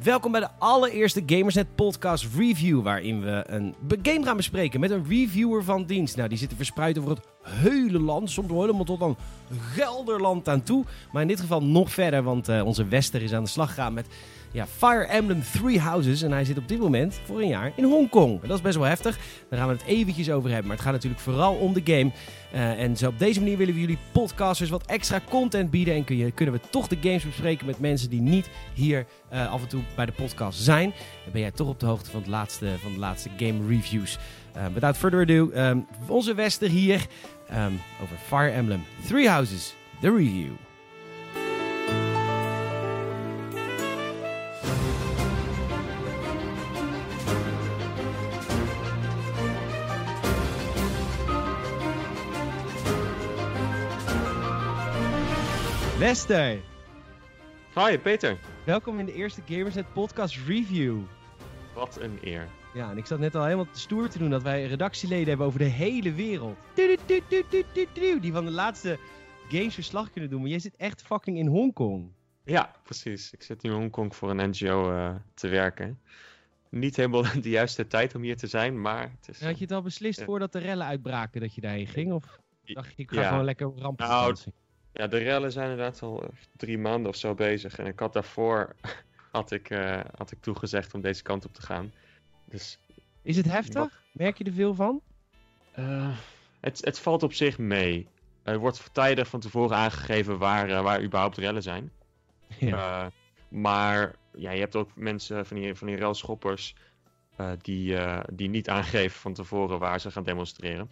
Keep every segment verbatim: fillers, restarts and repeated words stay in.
Welkom bij de allereerste Gamersnet podcast review, waarin we een game gaan bespreken met een reviewer van dienst. Nou, die zitten verspreid over het hele land, soms wel helemaal tot aan Gelderland aan toe. Maar in dit geval nog verder, want uh, onze Wester is aan de slag gegaan met ja, Fire Emblem Three Houses. En hij zit op dit moment voor een jaar in Hongkong. En dat is best wel heftig. Daar gaan we het eventjes over hebben. Maar het gaat natuurlijk vooral om de game. Uh, en zo op deze manier willen we jullie podcasters wat extra content bieden. En kun je, kunnen we toch de games bespreken met mensen die niet hier uh, af en toe bij de podcast zijn. Dan ben jij toch op de hoogte van, het laatste, van de laatste game reviews. Uh, without further ado, um, onze Wester hier um, over Fire Emblem Three Houses, de review. Wester! Hi, Peter. Welkom in de eerste Gamersnet podcast review. Wat een eer. Ja, en ik zat net al helemaal stoer te doen dat wij redactieleden hebben over de hele wereld. Die van de laatste games verslag kunnen doen, maar jij zit echt fucking in Hongkong. Ja, precies. Ik zit nu in Hongkong voor een N G O uh, te werken. Niet helemaal de juiste tijd om hier te zijn, maar... Het is, had je het al beslist uh, voordat de rellen uitbraken dat je daarheen ging? Of dacht je, ik ga ja. gewoon lekker op rampen nou, ja, de rellen zijn inderdaad al drie maanden of zo bezig. En ik had daarvoor had ik, uh, had ik toegezegd om deze kant op te gaan. Dus, is het heftig? Wat... Merk je er veel van? Uh, het, het valt op zich mee. Er wordt tijdig van tevoren aangegeven waar, uh, waar überhaupt rellen zijn. Ja. Uh, maar ja, je hebt ook mensen van die, van die relschoppers uh, die, uh, die niet aangeven van tevoren waar ze gaan demonstreren.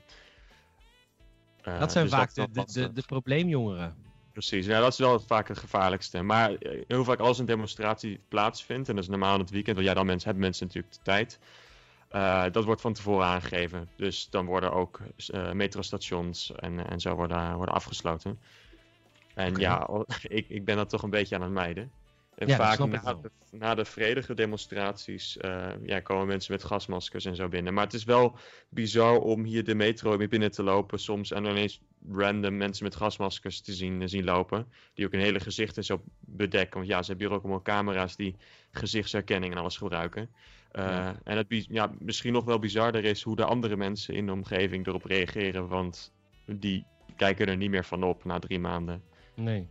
Uh, dat zijn dus vaak dat, de, de, de, de probleemjongeren. Precies, ja, dat is wel vaak het gevaarlijkste. Maar heel vaak als een demonstratie plaatsvindt, en dat is normaal in het weekend, want ja, dan mensen, hebben mensen natuurlijk de tijd. Uh, dat wordt van tevoren aangegeven. Dus dan worden ook uh, metrostations en, en zo worden, worden afgesloten. En okay. ja, ik, ik ben dat toch een beetje aan het mijden. En ja, vaak na de, na de vredige demonstraties uh, ja, komen mensen met gasmaskers en zo binnen. Maar het is wel bizar om hier de metro weer binnen te lopen soms en dan ineens random mensen met gasmaskers te zien, zien lopen. Die ook hun hele gezicht en zo bedekken. Want ja, ze hebben hier ook allemaal camera's die gezichtsherkenning en alles gebruiken. Uh, ja. En het ja, misschien nog wel bizarder is hoe de andere mensen in de omgeving erop reageren. Want die kijken er niet meer van op na drie maanden. Nee.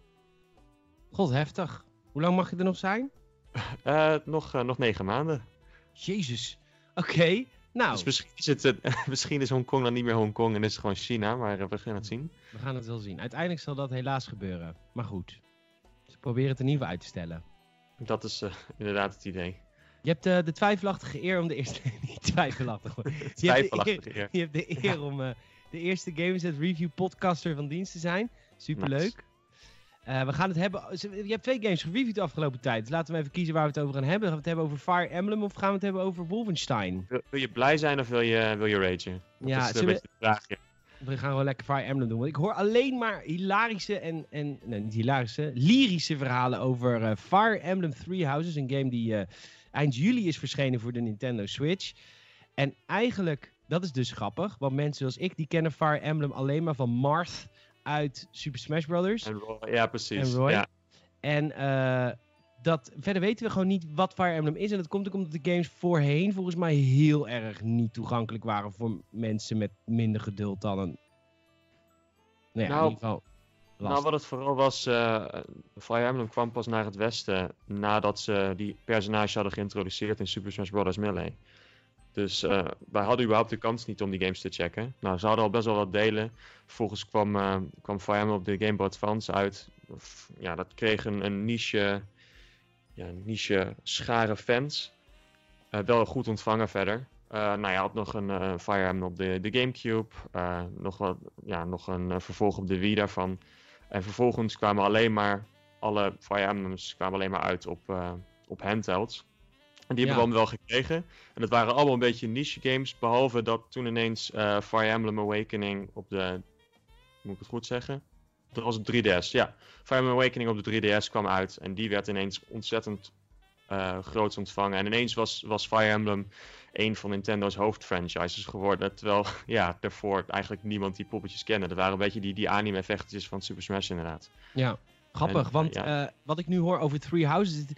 God, heftig. Hoe lang mag je er nog zijn? Uh, nog, uh, nog negen maanden. Jezus. Oké, okay, nou. Dus misschien is, het, uh, misschien is Hongkong dan niet meer Hongkong en is het gewoon China, maar uh, we gaan het zien. We gaan het wel zien. Uiteindelijk zal dat helaas gebeuren. Maar goed, ze proberen het in ieder geval uit te stellen. Dat is uh, inderdaad het idee. Je hebt uh, de twijfelachtige eer om de eerste... niet twijfelachtig, hoor. Je, twijfelachtige hebt eer. je hebt de eer ja. om uh, de eerste Gamersnet Review podcaster van dienst te zijn. Superleuk. Nice. Uh, we gaan het hebben... Je hebt twee games gereviewd de afgelopen tijd. Dus laten we even kiezen waar we het over gaan hebben. Gaan we het hebben over Fire Emblem of gaan we het hebben over Wolfenstein? Wil, wil je blij zijn of wil je, wil je ragen? Dat ja, is een beetje de vraag. Ja. We gaan gewoon lekker Fire Emblem doen. Want ik hoor alleen maar hilarische en... en nee, niet hilarische. Lyrische verhalen over uh, Fire Emblem Three Houses. Een game die uh, eind juli is verschenen voor de Nintendo Switch. En eigenlijk... Dat is dus grappig. Want mensen zoals ik, die kennen Fire Emblem alleen maar van Marth... uit Super Smash Bros. En Roy, ja, precies. En Roy. Ja. En uh, dat, verder weten we gewoon niet wat Fire Emblem is. En dat komt ook omdat de games voorheen volgens mij heel erg niet toegankelijk waren voor mensen met minder geduld dan een... Nou ja, nou, in ieder geval last. Nou, wat het vooral was, uh, Fire Emblem kwam pas naar het westen nadat ze die personage hadden geïntroduceerd in Super Smash Bros. Melee. Dus uh, wij hadden überhaupt de kans niet om die games te checken. Nou, ze hadden al best wel wat delen. Vervolgens kwam, uh, kwam Fire Emblem op de Game Boy Advance uit. Of, ja, dat kreeg een, een niche, ja, niche schare fans. Uh, wel goed ontvangen verder. Uh, nou, je had nog een uh, Fire Emblem op de, de Gamecube. Uh, nog, wat, ja, nog een uh, vervolg op de Wii daarvan. En vervolgens kwamen alleen maar... Alle Fire Emblems kwamen alleen maar uit op, uh, op handhelds. En die hebben ja. we allemaal wel gekregen. En dat waren allemaal een beetje niche games. Behalve dat toen ineens uh, Fire Emblem Awakening op de... Moet ik het goed zeggen? Dat was op drie D S, ja. Fire Emblem Awakening op de drie D S kwam uit. En die werd ineens ontzettend uh, groot ontvangen. En ineens was, was Fire Emblem een van Nintendo's hoofdfranchises geworden. Terwijl, ja, daarvoor eigenlijk niemand die poppetjes kende. Dat waren een beetje die, die anime-vechtertjes van Super Smash inderdaad. Ja, grappig. En, want ja. uh, wat ik nu hoor over Three Houses...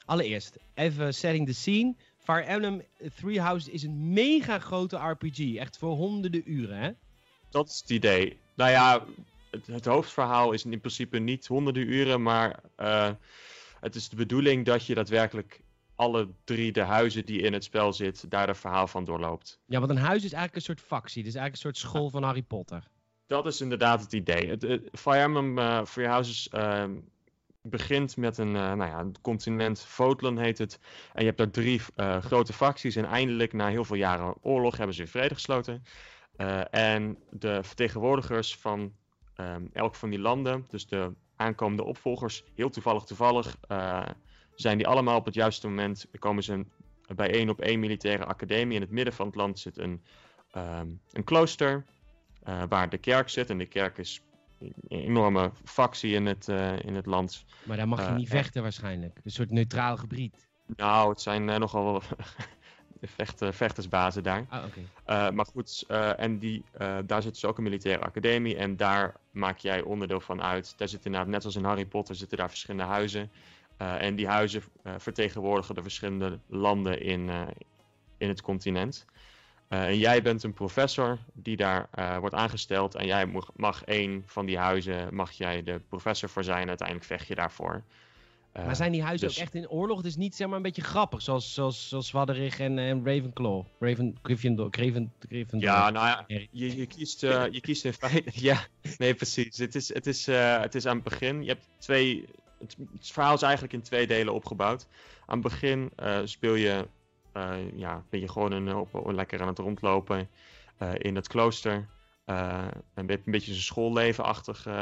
Allereerst, even setting the scene. Fire Emblem Three Houses is een mega grote R P G. Echt voor honderden uren, hè? Dat is het idee. Nou ja, het, het hoofdverhaal is in principe niet honderden uren, maar uh, het is de bedoeling dat je daadwerkelijk alle drie de huizen die in het spel zitten, daar het verhaal van doorloopt. Ja, want een huis is eigenlijk een soort factie. Het is eigenlijk een soort school van Harry Potter. Dat is inderdaad het idee. Het, het Fire Emblem uh, Three Houses uh, begint met een, uh, nou ja, een continent, Votland heet het. En je hebt daar drie uh, grote facties en eindelijk na heel veel jaren oorlog hebben ze weer vrede gesloten. Uh, en de vertegenwoordigers van um, elk van die landen, dus de aankomende opvolgers, heel toevallig toevallig, uh, zijn die allemaal op het juiste moment, komen ze bijeen op één militaire academie. In het midden van het land zit een, um, een klooster, uh, waar de kerk zit. En de kerk is een enorme factie in het, uh, in het land. Maar daar mag je uh, niet vechten en... waarschijnlijk. Een soort neutraal gebied. Nou, het zijn uh, nogal vecht, vechtersbazen daar. Ah, okay. uh, maar goed, uh, en die, uh, daar zit dus ook een militaire academie. En daar maak jij onderdeel van uit. Daar zitten inderdaad, net als in Harry Potter, zitten daar verschillende huizen. Uh, en die huizen uh, vertegenwoordigen de verschillende landen in, uh, in het continent. Uh, en jij bent een professor die daar uh, wordt aangesteld. En jij mag, mag één van die huizen, mag jij de professor voor zijn. En uiteindelijk vecht je daarvoor. Uh, maar zijn die huizen dus... ook echt in oorlog? Het is niet zeg maar een beetje grappig, zoals, zoals, zoals Zwadderig en, en Ravenclaw. Raven, Gryffindor, Raven, Gryffindor. Ja, nou ja, je, je, kiest, uh, je kiest in feite... ja, nee precies. Het is, het, is, uh, het is aan het begin. Je hebt twee... Het, het verhaal is eigenlijk in twee delen opgebouwd. Aan het begin uh, speel je... Uh, ja, ben je gewoon een, op, lekker aan het rondlopen uh, in het klooster. Uh, een, be- een beetje een schoolleven-achtige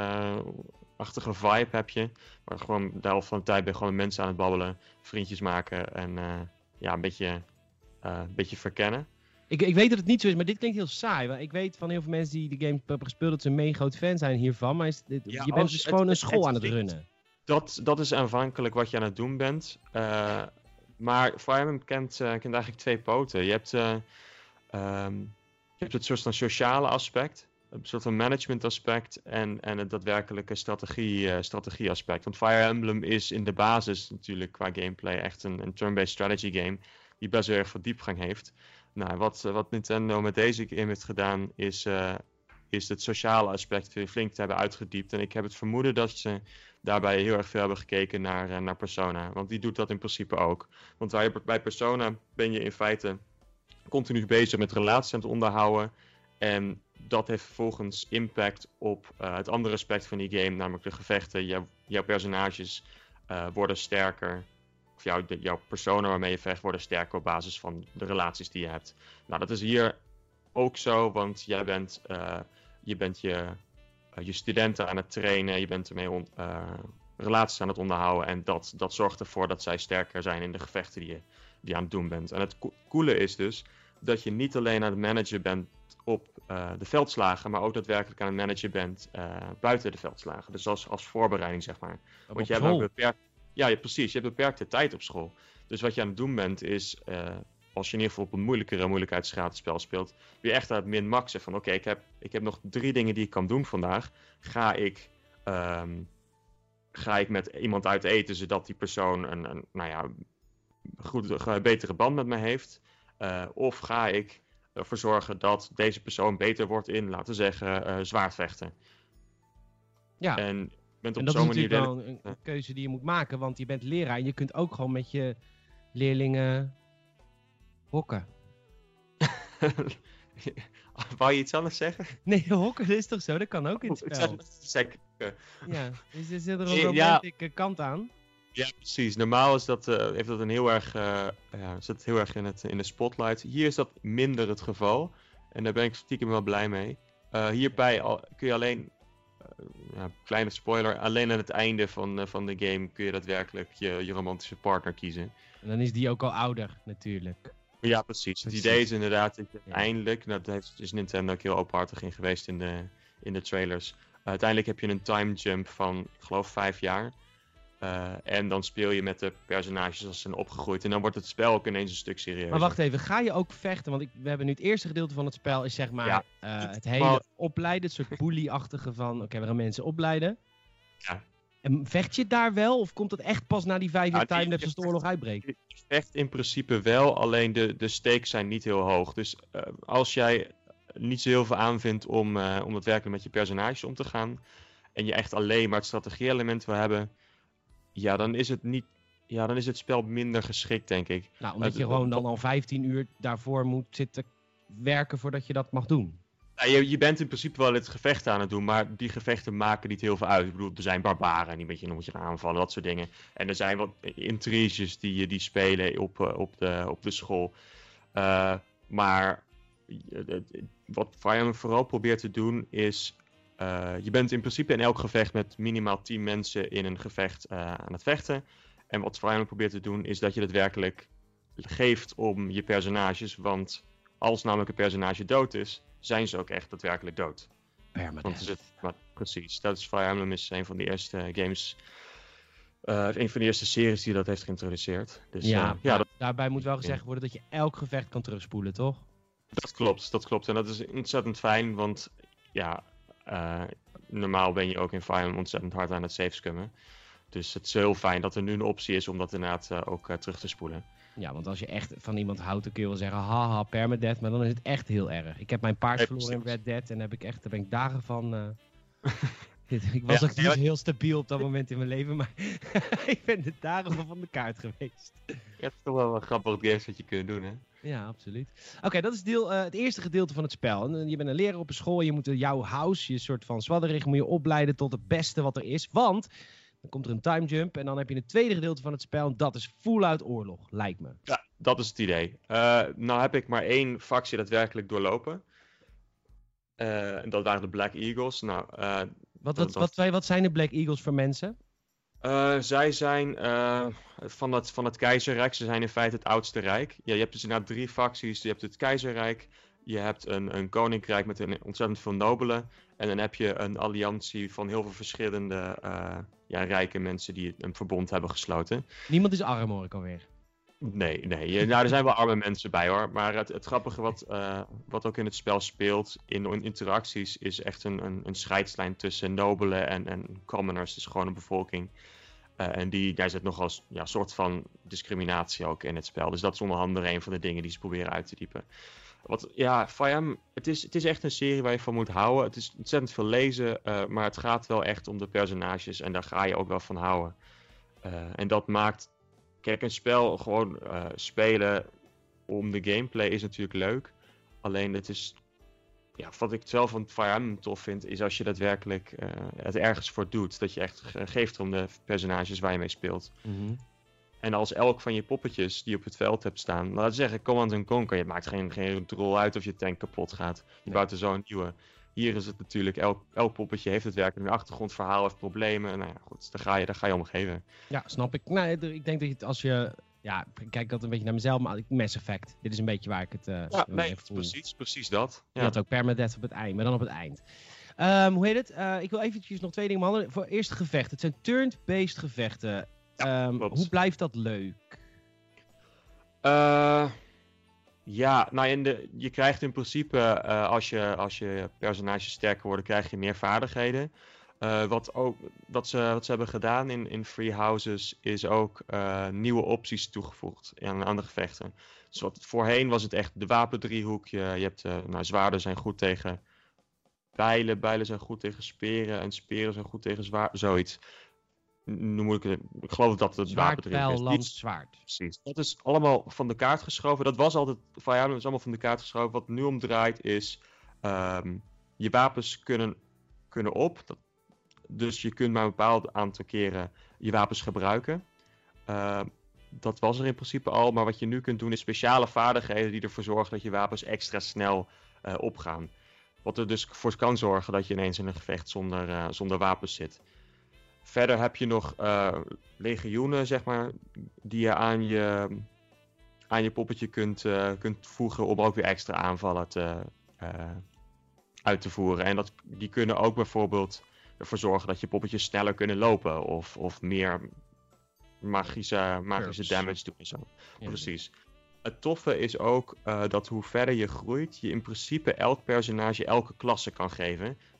uh, vibe heb je. Maar gewoon de helft van de tijd ben je gewoon met mensen aan het babbelen, vriendjes maken en uh, ja, een beetje, uh, een beetje verkennen. Ik, ik weet dat het niet zo is, maar dit klinkt heel saai. Want ik weet van heel veel mensen die de game hebben gespeeld dat ze een mega groot fan zijn hiervan. Maar is dit, ja, je bent dus gewoon het, een school het, aan het, het runnen. Dat, dat is aanvankelijk wat je aan het doen bent. Uh, maar Fire Emblem kent, uh, kent eigenlijk twee poten. Je hebt, uh, um, je hebt het soort van sociale aspect, een soort van management aspect en, en het daadwerkelijke strategie, uh, strategie aspect. Want Fire Emblem is in de basis natuurlijk qua gameplay echt een, een turn-based strategy game die best wel erg veel diepgang heeft. Nou, wat, wat Nintendo met deze game heeft gedaan is, uh, is het sociale aspect weer flink te hebben uitgediept. En ik heb het vermoeden dat ze daarbij heel erg veel hebben gekeken naar, uh, naar Persona. Want die doet dat in principe ook. Want bij, bij Persona ben je in feite continu bezig met relaties aan het onderhouden. En dat heeft vervolgens impact op uh, het andere aspect van die game, namelijk de gevechten. Jou, jouw personages uh, worden sterker. Of jou, de, jouw persona waarmee je vecht worden sterker op basis van de relaties die je hebt. Nou, dat is hier ook zo, want jij bent, uh, je, bent je, uh, je studenten aan het trainen, je bent ermee on, uh, relaties aan het onderhouden. En dat, dat zorgt ervoor dat zij sterker zijn in de gevechten die je, die je aan het doen bent. En het co- coole is dus dat je niet alleen aan het managen bent op uh, de veldslagen, maar ook daadwerkelijk aan het managen bent uh, buiten de veldslagen. Dus als, als voorbereiding, zeg maar. Op Want je hebt ook beperkt. Ja, je, precies. Je hebt beperkte tijd op school. Dus wat je aan het doen bent is, uh, als je in ieder geval op een moeilijkere moeilijkheidsgraad het spel speelt, ben je echt aan het min-maxen van oké, okay, ik, heb, ik heb nog drie dingen die ik kan doen vandaag. Ga ik, um, ga ik met iemand uit eten, zodat die persoon een, een nou ja, goed, een betere band met me heeft? Uh, of ga ik ervoor zorgen dat deze persoon beter wordt in, laten we zeggen, uh, zwaardvechten? Ja. En bent op en dat zo'n is natuurlijk manier wel een, een keuze die je moet maken, want je bent leraar en je kunt ook gewoon met je leerlingen hokken. Wou je iets anders zeggen? Nee, hokken dat is toch zo? Dat kan ook in het spel. Zeker. Ja, dus er zit er een romantische ja. kant aan. Ja, precies. Normaal is dat, uh, heeft dat een heel erg, uh, ja, zit heel erg in, het, in de spotlight. Hier is dat minder het geval. En daar ben ik stiekem wel blij mee. Uh, hierbij al, kun je alleen... Uh, ja, kleine spoiler, alleen aan het einde van, uh, van de game kun je daadwerkelijk je, je romantische partner kiezen. En dan is die ook al ouder, natuurlijk. Ja, precies. Het idee is inderdaad dat je uiteindelijk, nou, daar is Nintendo ook heel openhartig in geweest in de, in de trailers. Uh, uiteindelijk heb je een time jump van, ik geloof, vijf jaar. Uh, en dan speel je met de personages als ze zijn opgegroeid. En dan wordt het spel ook ineens een stuk serieuzer. Maar wacht even, ga je ook vechten? Want ik, we hebben nu het eerste gedeelte van het spel is zeg maar ja. uh, het hele opleiden. Het soort bully-achtige van, oké, okay, we gaan mensen opleiden. Ja. En vecht je daar wel? Of komt het echt pas na die vijf jaar Nou, die- timelapse als de oorlog uitbreekt? Je vecht in principe wel, alleen de, de stakes zijn niet heel hoog. Dus uh, als jij niet zo heel veel aanvindt om, uh, om daadwerkelijk met je personages om te gaan, en je echt alleen maar het strategie-element wil hebben, ja, dan is het niet, ja, dan is het spel minder geschikt, denk ik. Nou, omdat Uh, je gewoon uh, dan al vijftien uur daarvoor moet zitten werken voordat je dat mag doen. Nou, je, je bent in principe wel het gevecht aan het doen, maar die gevechten maken niet heel veel uit. Ik bedoel, er zijn barbaren en die moet je, dan moet je aanvallen, dat soort dingen. En er zijn wat intriges die, die spelen op, uh, op, de, op de school. Uh, maar uh, wat Fire Emblem vooral probeert te doen is, uh, je bent in principe in elk gevecht met minimaal tien mensen in een gevecht uh, aan het vechten. En wat Fire Emblem probeert te doen is dat je het werkelijk geeft om je personages, want als namelijk een personage dood is, zijn ze ook echt daadwerkelijk dood. Permanent. Het, maar, precies. Dat is Fire Emblem is een van de eerste games, uh, een van de eerste series die dat heeft geïntroduceerd. Dus, ja, uh, ja dat, daarbij moet wel gezegd worden dat je elk gevecht kan terugspoelen, toch? dat klopt, dat klopt. En dat is ontzettend fijn, want ja, uh, normaal ben je ook in Fire Emblem ontzettend hard aan het savescummen. Dus het is heel fijn dat er nu een optie is om dat inderdaad uh, ook uh, terug te spoelen. Ja, want als je echt van iemand houdt, dan kun je wel zeggen, haha, permadeath, maar dan is het echt heel erg. Ik heb mijn paard Nee, verloren in precies. Red Dead en heb ik echt, daar ben ik dagen van... Uh... ik was Ja, ook niet ja. heel stabiel op dat moment in mijn leven, maar ik ben de dagen van van de kaart geweest. Ja, het is toch wel een grappig games wat je kunt doen, hè? Ja, absoluut. Oké, okay, dat is deel, uh, het eerste gedeelte van het spel. En je bent een leraar op een school en je moet jouw house, je soort van zwadderig, moet je opleiden tot het beste wat er is. Want dan komt er een time jump en dan heb je het tweede gedeelte van het spel en dat is full-out oorlog, lijkt me. Ja, dat is het idee. Uh, nou heb ik maar één factie daadwerkelijk doorlopen. Uh, en dat waren de Black Eagles. Nou, uh, wat, dat, wat, wat, wat zijn de Black Eagles voor mensen? Uh, zij zijn uh, van, het, van het keizerrijk. Ze zijn in feite het oudste rijk. Ja, je hebt dus inderdaad drie facties. Je hebt het keizerrijk. Je hebt een, een koninkrijk met een, ontzettend veel nobelen. En dan heb je een alliantie van heel veel verschillende uh, ja, rijke mensen die een verbond hebben gesloten. Niemand is arm, hoor ik alweer. Nee, nee. Je, nou, er zijn wel arme mensen bij, hoor. Maar het, het grappige wat, uh, wat ook in het spel speelt, in, in interacties, is echt een, een, een scheidslijn tussen nobelen en, en commoners. Dus gewoon een bevolking. Uh, en die, daar zit nogal een ja, soort van discriminatie ook in het spel. Dus dat is onder andere een van de dingen die ze proberen uit te diepen. Wat, ja, Fire Emblem, het is, het is echt een serie waar je van moet houden. Het is ontzettend veel lezen, uh, maar het gaat wel echt om de personages. En daar ga je ook wel van houden. Uh, en dat maakt... Kijk, een spel gewoon uh, spelen om de gameplay is natuurlijk leuk. Alleen het is... Ja, wat ik zelf van Fire Emblem tof vind, is als je daadwerkelijk uh, het ergens voor doet. Dat je echt ge- geeft om de personages waar je mee speelt. Mm-hmm. En als elk van je poppetjes die je op het veld hebt staan, laten we zeggen, Command and Conquer, je maakt geen, geen rol uit of je tank kapot gaat. Je Nee. bouwt er zo een nieuwe. Hier is het natuurlijk, elk, elk poppetje heeft het werkelijk een achtergrondverhaal, heeft problemen. Nou ja, goed, daar ga je, daar ga je om geven. Ja, snap ik. Nou, ik denk dat je het als je... Ja, ik kijk altijd een beetje naar mezelf, maar Mass Effect. Dit is een beetje waar ik het... Uh, Ja, nee, even voel. precies, precies dat. Je Ja. had ook permadeath op het eind, maar dan op het eind. Um, hoe heet het? Uh, ik wil eventjes nog twee dingen behandelen. Voor eerst gevechten. Het zijn turn-based gevechten. Ja, um, klopt. hoe blijft dat leuk? Uh, ja, nou in de, je krijgt in principe, uh, als, je, als je personages sterker worden, krijg je meer vaardigheden. Uh, wat, ook, wat, ze, wat ze hebben gedaan in, in Free Houses is ook uh, nieuwe opties toegevoegd aan, aan de gevechten. Dus wat, voorheen was het echt de wapendriehoek. Je, je hebt, uh, nou, zwaarden zijn goed tegen bijlen, bijlen zijn goed tegen speren en speren zijn goed tegen zwaar, zoiets. Nu moet ik, ik geloof dat het Zwaard, wapendriehoek pijl, is. lans, Niet- zwaard. Precies. Dat is allemaal van de kaart geschoven. Dat was altijd, Fire Emblem is allemaal van de kaart geschoven. Wat nu omdraait is, um, je wapens kunnen, kunnen op. Dat, dus je kunt maar een bepaald aantal keren je wapens gebruiken. Uh, dat was er in principe al. Maar wat je nu kunt doen is speciale vaardigheden die ervoor zorgen dat je wapens extra snel uh, opgaan. Wat er dus voor kan zorgen dat je ineens in een gevecht zonder, uh, zonder wapens zit. Verder heb je nog uh, legioenen, zeg maar, die je aan je, aan je poppetje kunt, uh, kunt voegen om ook weer extra aanvallen te, uh, uit te voeren. En dat, die kunnen ook bijvoorbeeld ervoor zorgen dat je poppetjes sneller kunnen lopen of, of meer magische, magische Curves. damage doen en zo. Ja. Precies. Het toffe is ook uh, dat hoe verder je groeit, je in principe elk personage elke klasse kan geven.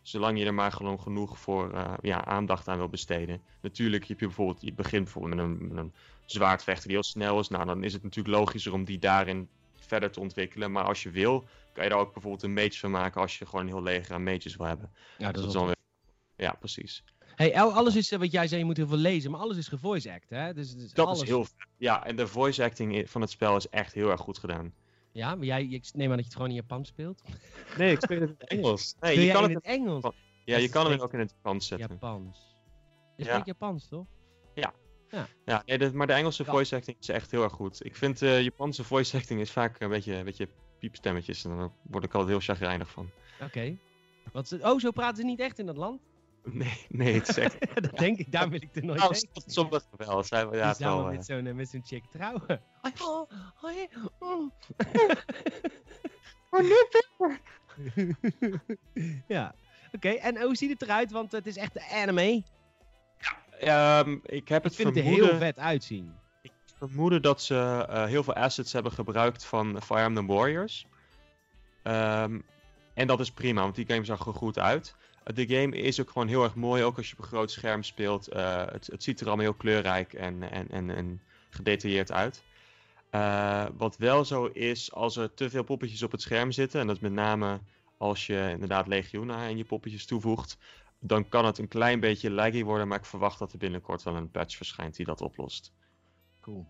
Zolang je er maar gewoon genoeg voor uh, ja, aandacht aan wil besteden. Natuurlijk heb je bijvoorbeeld, je begint bijvoorbeeld met een, met een zwaardvechter die heel snel is. Nou, dan is het natuurlijk logischer om die daarin verder te ontwikkelen. Maar als je wil, kan je daar ook bijvoorbeeld een mage van maken als je gewoon een heel leger aan mages wil hebben. Ja, dat dus is dan weer... Ja, precies. Hey, alles is, wat jij zei, je moet heel veel lezen, maar alles is gevoice act, hè? Dus, dus dat alles... is heel vet. Ja, en de voice acting van het spel is echt heel erg goed gedaan. Ja, maar jij, ik neem aan dat je het gewoon in Japan speelt? Nee, ik speel het in het Engels. Nee, Speel je kan in het het Engels? Ja, je kan hem ook in het Japans zetten. Japans. Je Ja. spreekt Japans, toch? Ja. Ja, ja nee, de, maar de Engelse Ja. voice acting is echt heel erg goed. Ik vind de uh, Japanse voice acting is vaak een beetje, een beetje piepstemmetjes. En daar word ik altijd heel chagrijnig van. Oké. Okay. Oh, zo praten ze niet echt in dat land? Nee, nee, het is echt... dat denk ik, daar wil ik er nooit nou, heen. sommige wel. Zijn we, ja, Die het zouden wel, met zo'n uh, met zo'n chick trouwen. Oh, oh, oh. Oh, nee, ja, oké. Okay. En hoe ziet het eruit? Want het is echt de anime. Ja, um, ik heb ik het vind vermoeden... het er heel vet uitzien. Ik vermoeden dat ze uh, heel veel assets hebben gebruikt van Fire Emblem Warriors. Um, en dat is prima, want die game zag er goed uit. Uh, de game is ook gewoon heel erg mooi, ook als je op een groot scherm speelt. Uh, het, het ziet er allemaal heel kleurrijk en, en, en, en gedetailleerd uit. Uh, wat wel zo is, als er te veel poppetjes op het scherm zitten, en dat is met name als je inderdaad Legioena in je poppetjes toevoegt, dan kan het een klein beetje laggy worden, maar ik verwacht dat er binnenkort wel een patch verschijnt die dat oplost. Cool.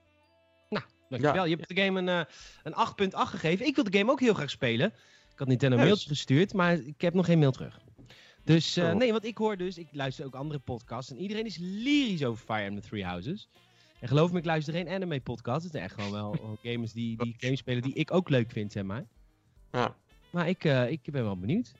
Nou, dankjewel. Ja. Je hebt de game een, uh, een acht komma acht gegeven. Ik wil de game ook heel graag spelen. Ik had Nintendo een mailtje gestuurd, maar ik heb nog geen mail terug. Dus uh, nee, want ik hoor dus, ik luister ook andere podcasts en iedereen is lyrisch over Fire Emblem Three Houses. En geloof me, ik luister geen anime podcast. Het zijn echt gewoon wel gamers die, die games spelen die ik ook leuk vind, zeg maar. Ja. Maar ik, uh, ik ben wel benieuwd.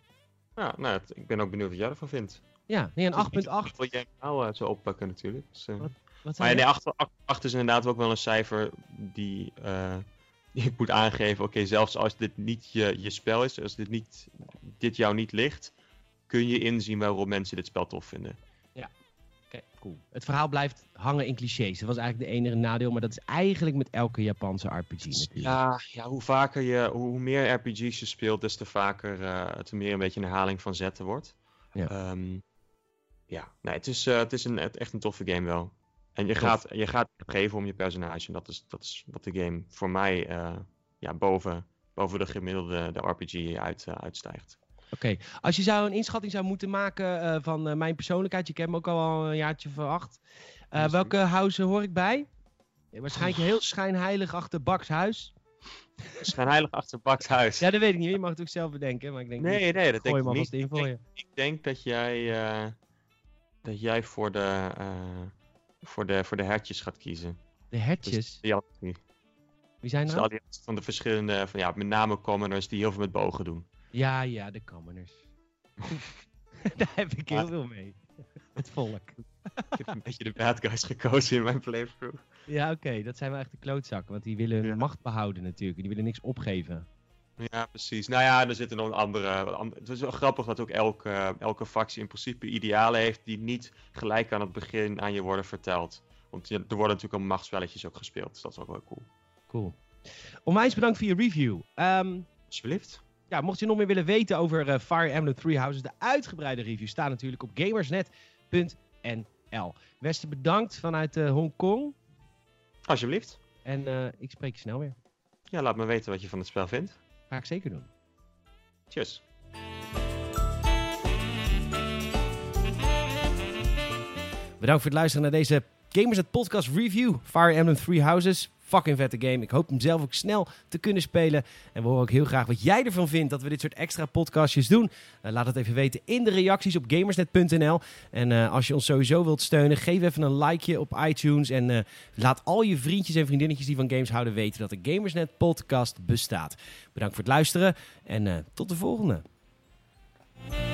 Ja, nou, het, ik ben ook benieuwd wat jij ervan vindt. Ja, nee, een acht komma acht. Wil jij nou uh, zo oppakken natuurlijk. Dus, uh... Wat, wat maar ja, nee, acht is inderdaad ook wel een cijfer die, uh, die ik moet aangeven. Oké, okay, zelfs als dit niet je, je spel is, als dit, niet, dit jou niet ligt, kun je inzien waarom mensen dit spel tof vinden. Ja. Oké, okay, cool. Het verhaal blijft hangen in clichés. Dat was eigenlijk de enige nadeel, maar dat is eigenlijk met elke Japanse R P G natuurlijk. Ja, ja hoe vaker je, hoe meer R P G's je speelt, des te vaker uh, het meer een beetje een herhaling van zetten wordt. Ja, um, ja. Nee, het is, uh, het is een, het, echt een toffe game wel. En je Tof. gaat, je gaat geven om je personage. En dat is, dat is wat de game voor mij uh, ja, boven, boven de gemiddelde de R P G uit, uh, uitstijgt. Oké, okay. Als je zou een inschatting zou moeten maken uh, van uh, mijn persoonlijkheid, je kent me ook al een jaartje of acht. Uh, welke house hoor ik bij? Ja, waarschijnlijk oh. heel schijnheilig achter Baks huis. Schijnheilig achter Baks huis? Ja, dat weet ik niet. Je mag het ook zelf bedenken, maar ik denk nee, niet. Nee, dat gooi denk ik niet. In voor je. Ik, ik denk dat jij, uh, dat jij voor de, uh, voor de, voor de hertjes gaat kiezen. De hertjes? Dus, ja, wie zijn dus dat? Dus van de verschillende, van, ja, met name commoners die heel veel met bogen doen. Ja, ja, de commoners. Daar heb ik heel veel mee. Het volk. Ik heb een beetje de bad guys gekozen in mijn playthrough. Ja, oké. Okay. Dat zijn wel echt de klootzakken. Want die willen hun ja. macht behouden natuurlijk. Die willen niks opgeven. Ja, precies. Nou ja, er zitten nog een andere... andere het is wel grappig dat ook elke, elke factie in principe idealen heeft die niet gelijk aan het begin aan je worden verteld. Want er worden natuurlijk al machtsspelletjes ook gespeeld. Dus dat is ook wel cool. Cool. Onwijs bedankt voor je review. Um, Alsjeblieft. Ja, mocht je nog meer willen weten over uh, Fire Emblem Three Houses, de uitgebreide review staat natuurlijk op gamersnet punt n l. Wester, bedankt vanuit uh, Hongkong. Alsjeblieft. En uh, ik spreek je snel weer. Ja, laat me weten wat je van het spel vindt. Ga ik zeker doen. Tjus. Bedankt voor het luisteren naar deze Gamersnet podcast review. Fire Emblem Three Houses. Fucking vette game. Ik hoop hem zelf ook snel te kunnen spelen. En we horen ook heel graag wat jij ervan vindt dat we dit soort extra podcastjes doen. Uh, laat het even weten in de reacties op gamersnet punt n l. En uh, als je ons sowieso wilt steunen, geef even een likeje op iTunes. En uh, laat al je vriendjes en vriendinnetjes die van games houden weten dat de Gamersnet podcast bestaat. Bedankt voor het luisteren en uh, tot de volgende.